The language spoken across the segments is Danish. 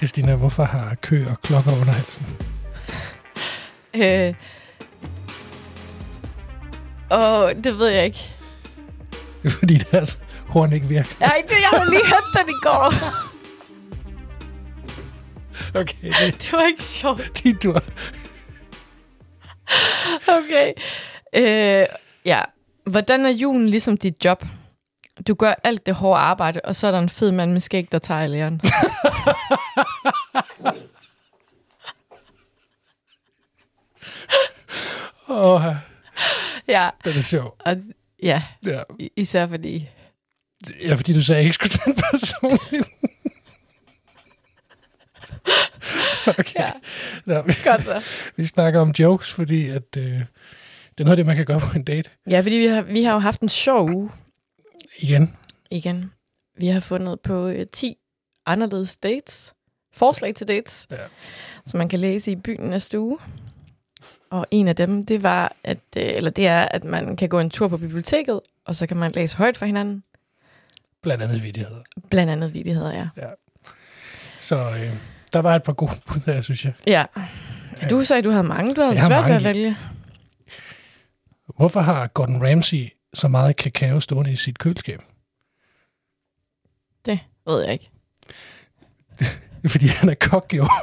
Christina, hvorfor har kø og klokker under halsen? Det ved jeg ikke. Fordi deres horn ikke virker. Nej, jeg havde lige hørt den i går. Okay. Det var ikke sjovt. Din tur. Okay. Ja. Hvordan er julen ligesom dit job? Du gør alt det hårde arbejde, og så er der en fed mand med skæg, der tager læren. Ja. Det er sjovt. Ja. Især fordi... Ja, fordi du sagde, at jeg ikke skulle tage en personligt. Okay. Ja. Nå, Godt så. Vi snakker om jokes, fordi at, det er noget af det, man kan gøre på en date. Ja, fordi vi har jo haft en sjov uge. Igen. Vi har fundet på 10 anderledes dates. Forslag til dates. Ja. Som man kan læse i Byen næste uge. Og en af dem, det er, at man kan gå en tur på biblioteket, og så kan man læse højt for hinanden. Blandt andet vittigheder, ja. Så der var et par gode bud her, synes jeg. Ja. Du sagde, du havde mange. Du havde svært ved at vælge. Hvorfor har Gordon Ramsay så meget kakao stående i sit køleskab? Det ved jeg ikke. Fordi han er kok, jo.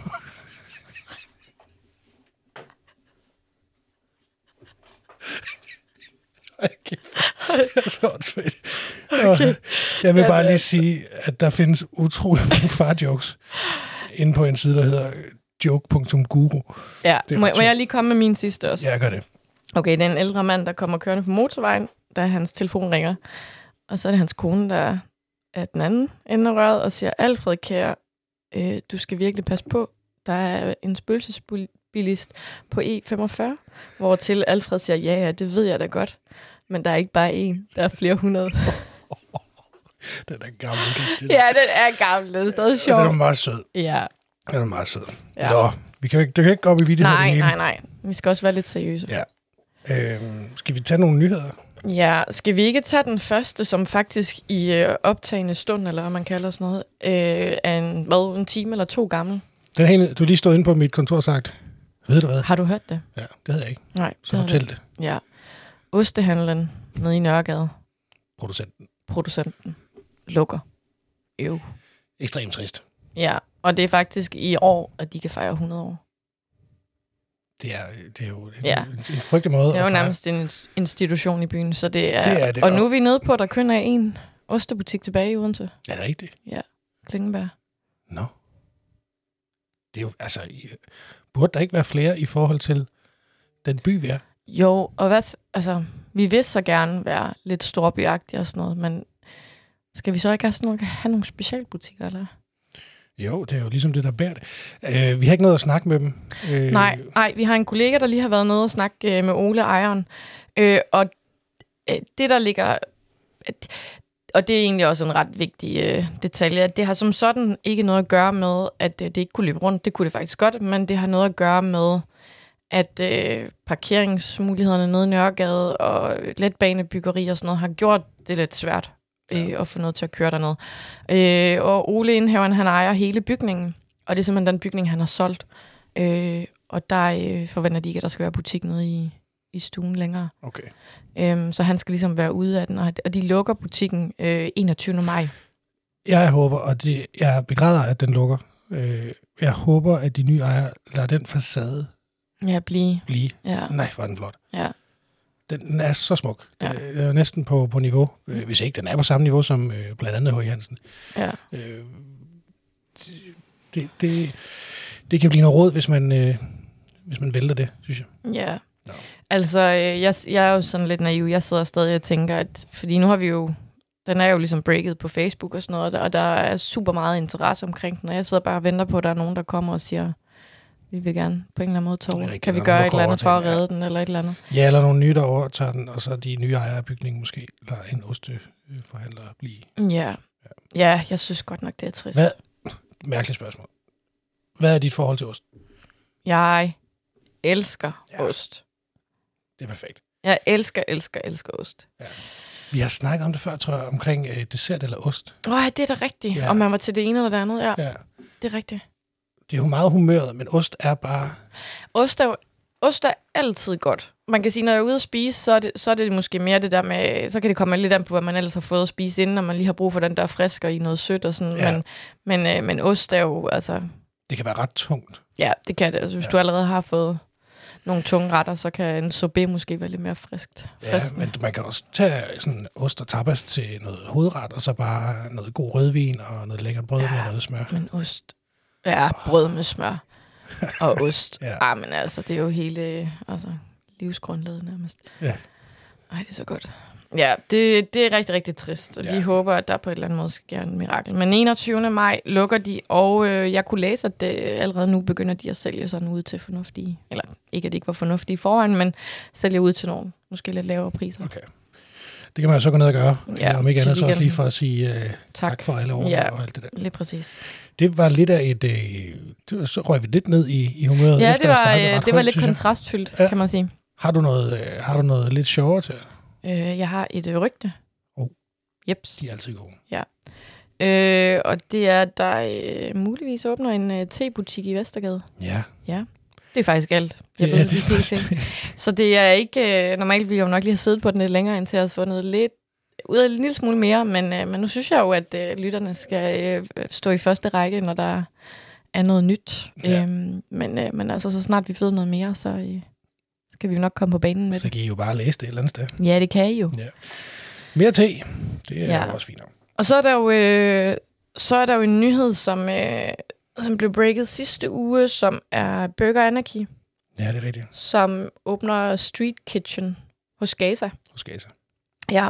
Det er så åndssvagt. Okay. Jeg vil bare lige sige, at der findes utrolig mange farjokes inde på en side, der hedder joke.guru. Ja, må jeg lige komme med min sidste også? Ja, gør det. Okay, det er en ældre mand, der kommer kørende på motorvejen, da hans telefon ringer. Og så er det hans kone, der er den anden ende af røret, og siger, Alfred, kære, du skal virkelig passe på. Der er en spøgelsesbilist på E45, hvor til Alfred siger, ja, det ved jeg da godt. Men der er ikke bare én, der er flere hundrede. Den er gammel, Christina. Ja, den er gammel. Den er stadig sjov. Den er meget sød. Ja. Den er meget sød. Ja. Nå, du kan ikke gå op i videoen. Nej. Vi skal også være lidt seriøse. Ja. Skal vi tage nogle nyheder? Ja, skal vi ikke tage den første, som faktisk i optagende stund, eller hvad man kalder sådan noget, er en time eller 2 gammel? Den her, du lige stod inde på mit kontor og sagt, ved du hvad? Har du hørt det? Ja, det havde jeg ikke. Nej. Så fortæl det. Ja. Ostehandlen nede i Nørregade. Producenten lukker. Ekstremt trist. Ja, og det er faktisk i år, at de kan fejre 100 år. Det er jo en frygtelig måde. Det er jo nærmest en institution i byen, så det er... Det er det. Og nu er vi nede på, at der kun er en ostebutik tilbage i Odense. Er det rigtigt? Ja, Klingenberg. Nå. Det er jo, altså... Burde der ikke være flere i forhold til den by, vi er? Jo, og vi vil så gerne være lidt storbyagtige og sådan noget, men skal vi så ikke have nogle specialbutikker, eller? Jo, det er jo ligesom det, der bærer det. Vi har ikke noget at snakke med dem. Nej, vi har en kollega, der lige har været nede og snakke med Ole, ejeren. Og det, der ligger... Og det er egentlig også en ret vigtig detalje, at det har som sådan ikke noget at gøre med, at det ikke kunne løbe rundt. Det kunne det faktisk godt, men det har noget at gøre med, at parkeringsmulighederne nede i Nørregade og letbanebyggeri og sådan noget har gjort det lidt svært at få noget til at køre dernede. Og Ole indhaveren, han ejer hele bygningen, og det er simpelthen den bygning, han har solgt. Og der forventer de ikke, at der skal være butik nede i stuen længere. Okay. Så han skal ligesom være ude af den, og de lukker butikken 21. maj. Jeg håber, og jeg begræder, at den lukker. Jeg håber, at de nye ejere lader den facade blive. Ja. Nej, hvor er den flot. Ja. Den er så smuk. Ja. Den er næsten på niveau. Hvis ikke den er på samme niveau som blandt andet H. Hansen. Ja. Det kan blive noget råd, hvis man vælter det, synes jeg. Ja. No. Altså, jeg er jo sådan lidt naiv. Jeg sidder stadig og tænker, at... Fordi nu har vi jo... Den er jo ligesom breaket på Facebook og sådan noget, og der er super meget interesse omkring den, og jeg sidder bare og venter på, at der er nogen, der kommer og siger, vi vil gerne på en eller anden måde tage over. Kan vi gøre et eller andet for at redde den, eller et eller andet? Ja, eller nogle nye, der overtager den, og så de nye ejere af bygningen måske lader en osteforhandler blive. Ja, jeg synes godt nok, det er trist. Mærkeligt spørgsmål. Hvad er dit forhold til ost? Jeg elsker ost. Det er perfekt. Jeg elsker ost. Ja. Vi har snakket om det før, tror jeg, omkring dessert eller ost. Det er da rigtigt. Ja. Om man var til det ene eller det andet, ja. Det er rigtigt. det er jo meget humøret, men ost er bare... Ost er altid godt. Man kan sige, når jeg er ude at spise, så er det måske mere det der med... Så kan det komme lidt an på, hvad man ellers har fået at spise inden, når man lige har brug for den der frisk og i noget sødt og sådan. Ja. Men ost er jo, altså... Det kan være ret tungt. Ja, det kan det. Altså, hvis du allerede har fået nogle tunge retter, så kan en sorbet måske være lidt mere friskt. Ja, men man kan også tage sådan ost og tapas til noget hovedret, og så bare noget god rødvin og noget lækkert brød med noget smør. Men ost... Ja, brød med smør og ost. Ja. Men altså, det er jo hele livsgrundlaget nærmest. Ja. Ej, det er så godt. Ja, det er rigtig, rigtig trist. Og vi håber, at der på et eller andet måde skal gøre en mirakel. Men 21. maj lukker de, og jeg kunne læse, at allerede nu begynder de at sælge sådan ud til fornuftige... Eller ikke, at det ikke var fornuftige forhånd, men sælge ud til nogle måske lidt lavere priser. Okay. Det kan man jo så gå ned og gøre. Ja, om ikke andet så også lige for at sige tak for alle årene og alt det der. Lige præcis. Det var lidt af et... så røg vi lidt ned i humøret. Ja, det var lidt kontrastfyldt, kan man sige. Har du noget lidt sjovere til? Jeg har et rygte. Jeps. De er altid gode. Ja. Og det er, at der muligvis åbner en tebutik i Vestergade. Ja. Ja. Det er faktisk alt. Jeg ved, det så det er ikke... normalt ville jeg jo nok lige have siddet på den lidt længere, indtil jeg havde fundet lidt ud af en lille smule mere, men nu synes jeg jo, at lytterne skal stå i første række, når der er noget nyt. Ja. Men altså, så snart vi ved noget mere, så skal vi nok komme på banen med det. Så kan I jo bare læse det et eller andet sted. Ja, det kan I jo. Ja. Mere te. Det er jo også fint. Og så er der jo en nyhed, som blev breaket sidste uge, som er Burger Anarchy. Ja, det er rigtigt. Som åbner Street Kitchen hos Gaza. Ja.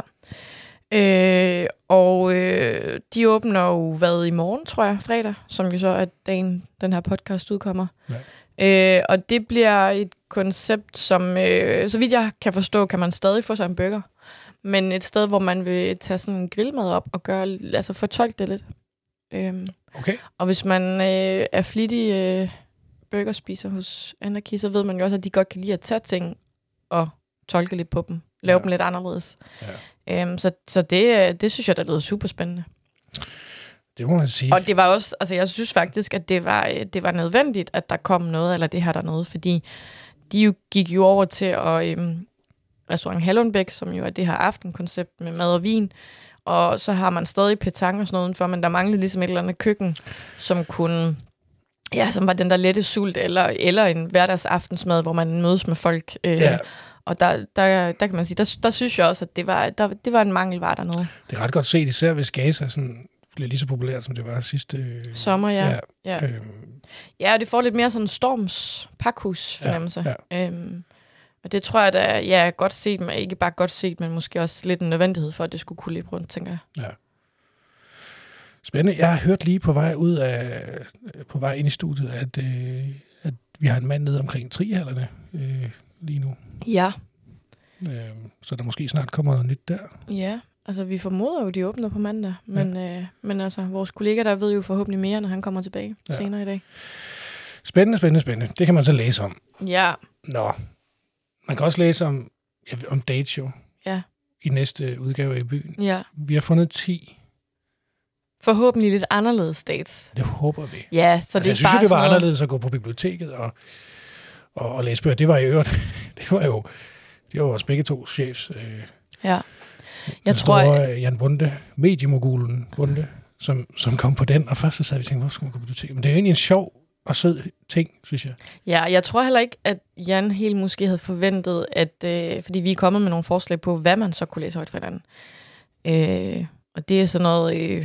De åbner jo i morgen, tror jeg, fredag, som jo så er dagen, den her podcast udkommer. Ja. Og det bliver et koncept, som, så vidt jeg kan forstå, kan man stadig få sig en burger. Men et sted, hvor man vil tage sådan en grillmad op og fortolke det lidt. Okay. Og hvis man er flittig burgerspiser hos Anarchy, så ved man jo også, at de godt kan lide at tage ting og tolke lidt på dem. Lave dem lidt anderledes. Ja. Så det synes jeg, der lyder super spændende. Det må man sige. Og det var også, altså jeg synes faktisk, at det var nødvendigt, at der kom noget, eller det her der noget, fordi de gik jo over til at restaurant Hallundbæk, som jo er det her aftenkoncept med mad og vin, og så har man stadig petanque og sådan noget udenfor, men der manglede ligesom et eller andet køkken, som kunne, som var den der lette sult, eller en hverdagsaftensmad, hvor man mødes med folk. Og der kan man sige, der synes jeg også, at det var en mangelvare dernede. Det er ret godt set, især hvis Gaza sådan bliver lige så populært, som det var sidste sommer, ja. Ja, og det får lidt mere sådan Storms pakhus-fornemmelse. Ja. Og det tror jeg, der er godt set, men ikke bare godt set, men måske også lidt en nødvendighed for, at det skulle kunne løbe rundt, tænker jeg. Ja. Spændende. Jeg har hørt lige på vej ind i studiet, at vi har en mand nede omkring Trihallerne lige nu. Ja. Så der måske snart kommer noget nyt der. Ja, altså vi formoder jo, de åbner på mandag, men altså vores kollega der ved jo forhåbentlig mere, når han kommer tilbage senere i dag. Spændende. Det kan man så læse om. Ja. Nå. Man kan også læse om dates jo. Ja. I næste udgave i byen. Ja. Vi har fundet 10. Forhåbentlig lidt anderledes dates. Det håber vi. Ja, så det jeg synes jo, det var anderledes at gå på biblioteket og læse bøger. Det var i øvrigt, det var jo også begge to chefs. Jeg tror, Jan Bunde, mediemogulen Bunde, som kom på den, og først så sad vi og tænkte, hvorfor skulle man gå på biblioteket? Men det er jo egentlig en sjov og sød ting, synes jeg. Ja, jeg tror heller ikke, at Jan helt måske havde forventet, at fordi vi er kommet med nogle forslag på, hvad man så kunne læse højt for hinanden. Og det er sådan noget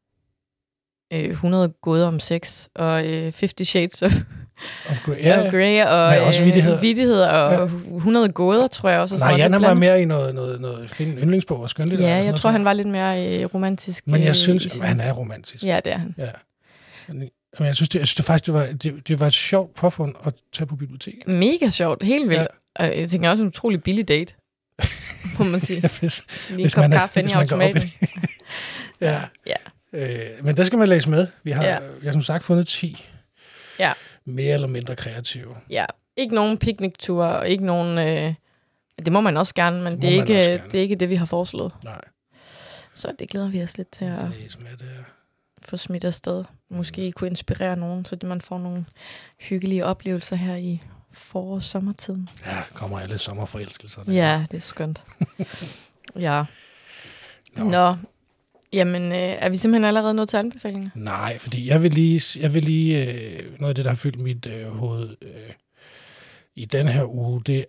100 gåder om sex, og 50 Shades of Grey, og også vittigheder, og 100 gåder, tror jeg også. Nej, Jan han var mere i noget finde en yndlingsbog og skønlitteratur. Ja, jeg tror, han var lidt mere romantisk. Men jeg synes, han er romantisk. Ja, det er han. Ja. Men jeg synes det faktisk, det var et sjovt påfund at tage på biblioteket. Mega sjovt, helt vildt. Ja. Og jeg tænker også en utrolig billig date, må man sige. Lige en kop kaffe ind i automaten. Ja. Men der skal man læse med. Vi har som sagt fundet 10. Ja. Mere eller mindre kreative. Ja. Ikke nogen pikniktur, og ikke nogen... det må man også gerne, men det er ikke det, vi har foreslået. Nej. Så det glæder vi os lidt til at... Læse med det. få smidt afsted. Måske kunne inspirere nogen, så man får nogle hyggelige oplevelser her i sommertiden. Ja, kommer alle sommerforelskelser. Ja, det er skønt. Ja. Nå. Jamen, er vi simpelthen allerede nået til anbefalinger? Nej, fordi jeg vil lige noget af det, der har fyldt mit hoved i den her uge, det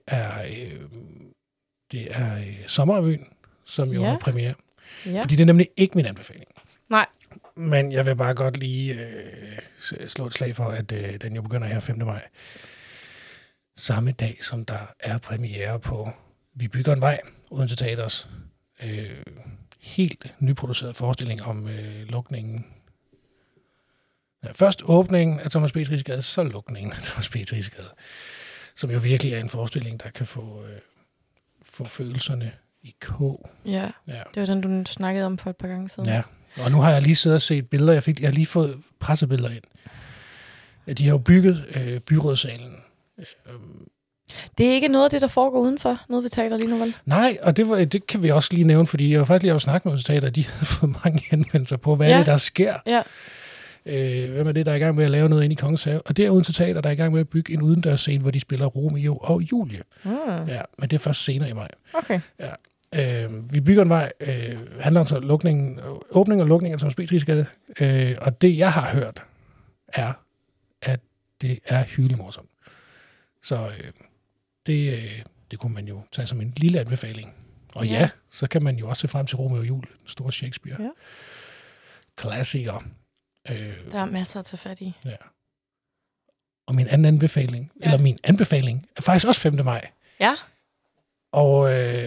er Sommerrevyen, som jo har premiere. Ja. Fordi det er nemlig ikke min anbefaling. Nej. Men jeg vil bare godt lige slå et slag for, at den jo begynder her 5. maj. Samme dag, som der er premiere på Vi bygger en vej, Odense Teaters helt nyproduceret forestilling om lukningen. Ja, først åbningen af Thomas B. Thriges, så lukningen af Thomas B. Thriges, som jo virkelig er en forestilling, der kan få følelserne i kog. Ja, det var den, du snakkede om for et par gange siden. Ja, og nu har jeg lige siddet og set billeder. Jeg har lige fået pressebilleder ind. De har jo bygget byrådssalen. Det er ikke noget af det, der foregår udenfor, noget vi taler lige nu, vel? Nej, og det kan vi også lige nævne, fordi jeg var faktisk lige snakket med Odense Teater, og de har fået mange henvendelser på, hvad er det, der sker. Ja. Hvem er det, der er i gang med at lave noget ind i Kongens Have? Og det er Odense Teater, der er i gang med at bygge en udendørsscene, hvor de spiller Romeo og Julie. Ja, men det er først senere i maj. Okay. Ja. Vi bygger en vej, handler om åbning og lukning af Thomas B. Thriges, og det, jeg har hørt, er, at det er hylemorsomt. Så det kunne man jo tage som en lille anbefaling. Og ja, så kan man jo også se frem til Romeo og Julie, den store Shakespeare. Ja. Klassiker. Der er masser at tage fat i. Ja. Og min anden anbefaling, eller min anbefaling, er faktisk også 5. maj. Ja. Og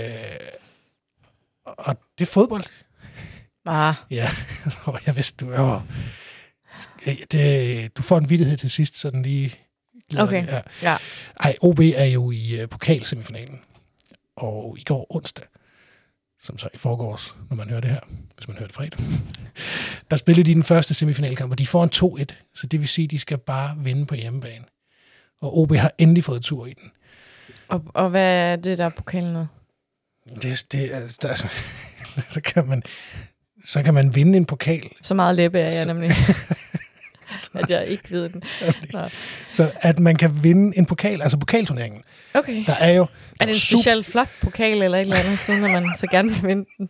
det er fodbold. Ja, og jeg vidste, du får en vittighed til sidst, så den lige... Okay, ja. Ej, OB er jo i pokalsemifinalen. Og i går onsdag, som så i forgårs, når man hører det her, hvis man hører det fredag, der spillede de den første semifinalkamp, og de får en 2-1, så det vil sige, at de skal bare vinde på hjemmebane. Og OB har endelig fået tur i den. Og hvad er det, der er pokalen med? Altså, så kan man vinde en pokal. Så meget læbe er jeg nemlig. At jeg ikke ved den. Så at man kan vinde en pokal, altså pokalturneringen. Okay. Der er jo... Er det en speciel flot pokal eller et eller andet, siden at man så gerne vil vinde den?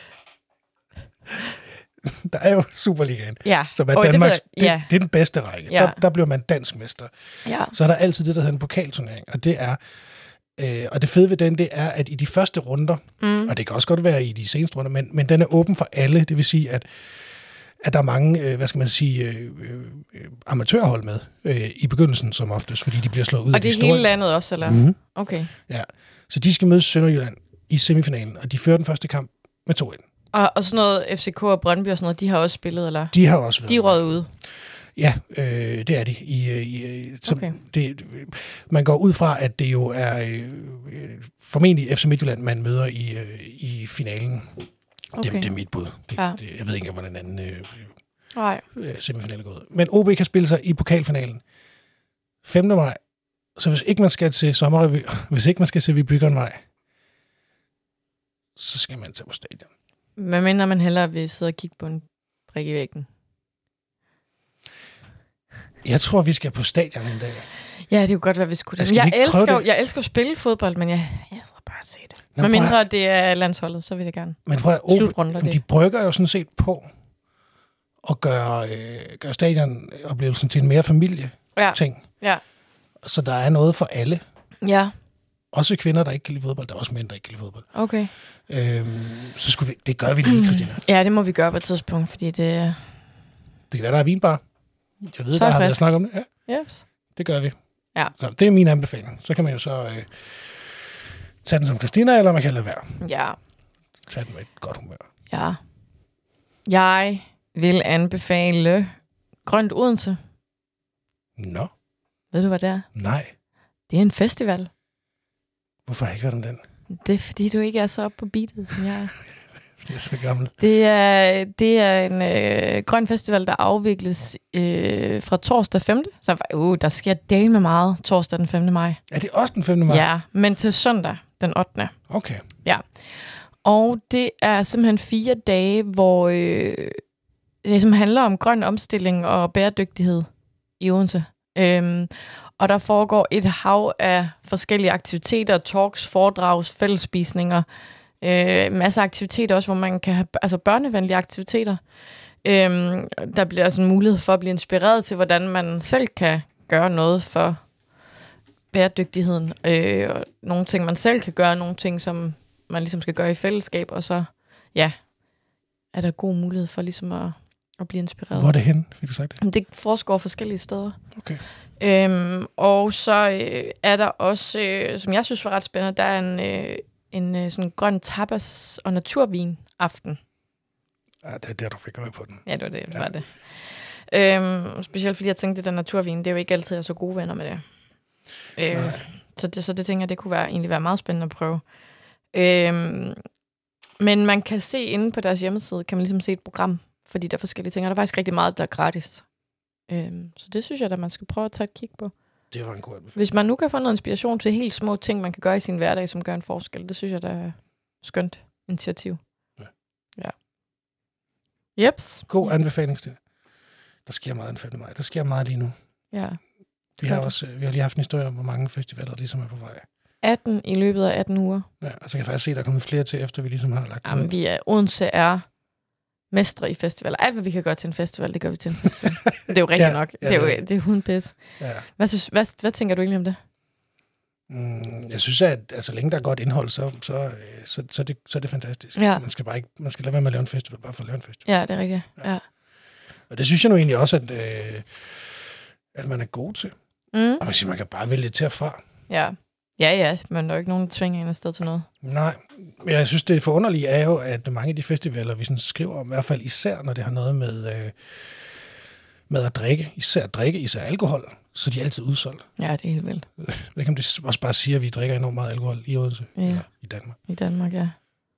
Der er jo Superligaen, som er Danmarks... Det er den bedste række. Ja. Der bliver man dansk mester. Ja. Så er der altid det, der hedder en pokalturnering, og det er... og det fede ved den, det er, at i de første runder, og det kan også godt være i de seneste runder, men den er åben for alle. Det vil sige, at der er mange, amatørhold med i begyndelsen som oftest, fordi de bliver slået ud af de store. Og det er hele landet også, eller? Mm-hmm. Okay. Ja, så de skal møde Sønderjylland i semifinalen, og de fører den første kamp med 2-1. Og sådan noget FCK og Brøndby og sådan noget, de har også spillet, eller? De har også været. De er røget ude? Ja, det er de. Man går ud fra, at det jo er formentlig FC Midtjylland, man møder i finalen. Okay. Det er mit bud. Jeg ved ikke, hvordan den anden semifinale går ud. Men OB kan spille sig i pokalfinalen 5. maj. Så hvis ikke man skal til sommerrevy, hvis ikke man skal se Vi bygger en vej, så skal man tage på stadion. Hvad mener man hellere vil sidde og kigge på en brik i væggen? Jeg tror, vi skal på stadion en dag. Ja, det kunne godt være, vi skulle det. Jeg elsker at spille fodbold, men jeg bare se det. Men mindre det er landsholdet, så vil jeg gerne. Men prøv at de brygger jo sådan set på at gøre stadionoplevelsen til en mere familie-ting. Ja. Så der er noget for alle. Ja. Også kvinder, der ikke kan lide fodbold. Der er også mænd, der ikke kan lide fodbold. Okay. Så det gør vi lige, Christina. Ja, det må vi gøre på et tidspunkt, fordi det... Det kan være, der er vinbar. Jeg ved, der har været snakket om det. Ja. Yes. Det gør vi. Ja. Så det er min anbefaling. Så kan man jo så tage den som Christina, eller man kan lade være. Ja. Tage den med et godt humør. Ja. Jeg vil anbefale Grønt Odense. Nå. Ved du, hvad det er? Nej. Det er en festival. Hvorfor har jeg ikke hørt om den? Det er, fordi du ikke er så oppe på beatet, som jeg er. Det er så gammel. Det er en grøn festival, der afvikles fra torsdag 5. Så der sker dele med meget torsdag den 5. maj. Er det også den 5. maj? Ja, men til søndag den 8. Okay. Ja. Og det er simpelthen 4 dage, hvor som handler om grøn omstilling og bæredygtighed i Odense. Og der foregår et hav af forskellige aktiviteter, talks, foredrags, fællesspisninger, masser af aktiviteter også, hvor man kan have altså børnevenlige aktiviteter. Der bliver altså en mulighed for at blive inspireret til, hvordan man selv kan gøre noget for bæredygtigheden. Og nogle ting, man selv kan gøre, nogle ting, som man ligesom skal gøre i fællesskab, og så, ja, er der god mulighed for ligesom at blive inspireret. Hvor er det hen, fik du sagt det? Det foregår forskellige steder. Okay. Og så er der også, som jeg synes var ret spændende, der er en sådan grøn tapas- og naturvin-aften. Ja, det er der, du fik øje på den. Ja, det var det. Specielt fordi jeg tænkte, at den naturvin, det er jo ikke altid, jeg er så gode venner med det. Så det tænker jeg, det kunne egentlig være meget spændende at prøve. Men man kan se inde på deres hjemmeside, kan man ligesom se et program, fordi der er forskellige ting, og der er faktisk rigtig meget, der er gratis. Så det synes jeg, at man skal prøve at tage et kig på. Det var en god anbefaling. Hvis man nu kan få noget inspiration til helt små ting, man kan gøre i sin hverdag, som gør en forskel, det synes jeg, der er skønt initiativ. Ja. Jeps. God anbefaling til. Der sker meget den 5. maj. Der sker meget lige nu. Ja. Vi har lige haft en historie om, hvor mange festivaler ligesom er på vej. 18 i løbet af 18 uger. Ja, og så kan jeg faktisk se, at der er kommet flere til, efter vi ligesom har lagt Jamen, Odense er mestre i festivaler. Alt, hvad vi kan gøre til en festival, det gør vi til en festival. Det er jo rigtigt nok. Ja, det er hundpis. Ja. Hvad tænker du egentlig om det? Jeg synes, at altså, længe der er godt indhold, så er det fantastisk. Ja. Man skal lade være med at lave en festival, bare for at lave en festival. Ja, det er rigtigt. Ja. Og det synes jeg nu egentlig også, at man er god til. Og man kan bare vælge til og fra. Ja, men der er jo ikke nogen, der tvinger en afsted til noget. Nej, men jeg synes, det forunderlige er jo, at mange af de festivaler, vi sådan skriver om, i hvert fald især, når det har noget med at drikke, især alkohol, så de er altid udsolgt. Ja, det er helt vildt. Det kan det også bare sige, at vi drikker enormt meget alkohol i Odense, eller i Danmark. I Danmark, ja.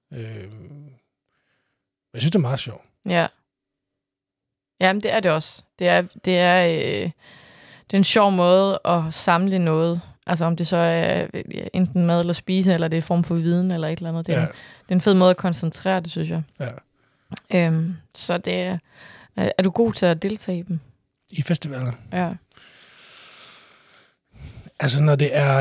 Jeg synes, det er meget sjovt. Ja. Jamen, det er det også. Det er en sjov måde at samle noget. Altså om det så er enten mad eller spise, eller det er form for viden, eller et eller andet. Det er en fed måde at koncentrere det, synes jeg. Ja. Så det er du god til at deltage i dem? I festivaler? Ja. Altså når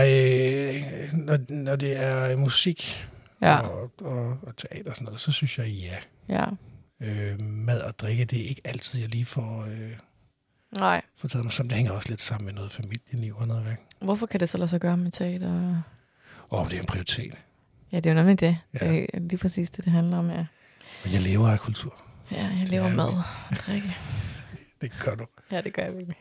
det er musik og teater og sådan noget, så synes jeg ja. Mad og drikke, det er ikke altid, jeg lige får taget mig som. Det hænger også lidt sammen med noget familieliv og noget væk. Hvorfor kan det så lade sig gøre med teater? Det er en prioritet. Ja, det er jo nemlig det. Ja. Det er lige præcis det handler om, ja. Men jeg lever af kultur. Ja, jeg lever mad og drikke. Det gør du. Ja, det gør jeg virkelig.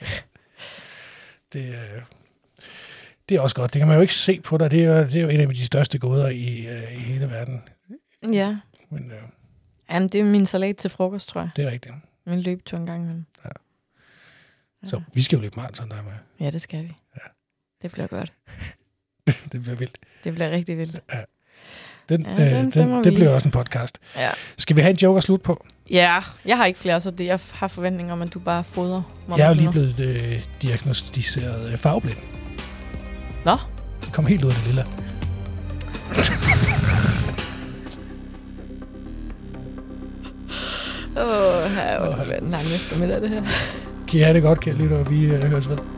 Det er også godt. Det kan man jo ikke se på dig. Det er jo en af de største goder i hele verden. Ja. Men, jamen, det er min salat til frokost, tror jeg. Det er rigtigt. Min løbetur en gang imellem. Ja. Så vi skal jo løbe maraton der med. Ja, det skal vi. Ja. Det bliver godt. Det bliver vildt. Det bliver rigtig vildt. Ja. Det bliver også en podcast. Ja. Skal vi have en joke at slutte på? Ja, jeg har ikke flere, så jeg har forventninger om, at du bare fodrer mig. Jeg er jo lige blevet diagnostiseret farveblind. Nå? Det kom helt ud af det lille. Her er jo en lang eftermiddag, det her. Kan I have det godt, kære lytter, og vi høres ved.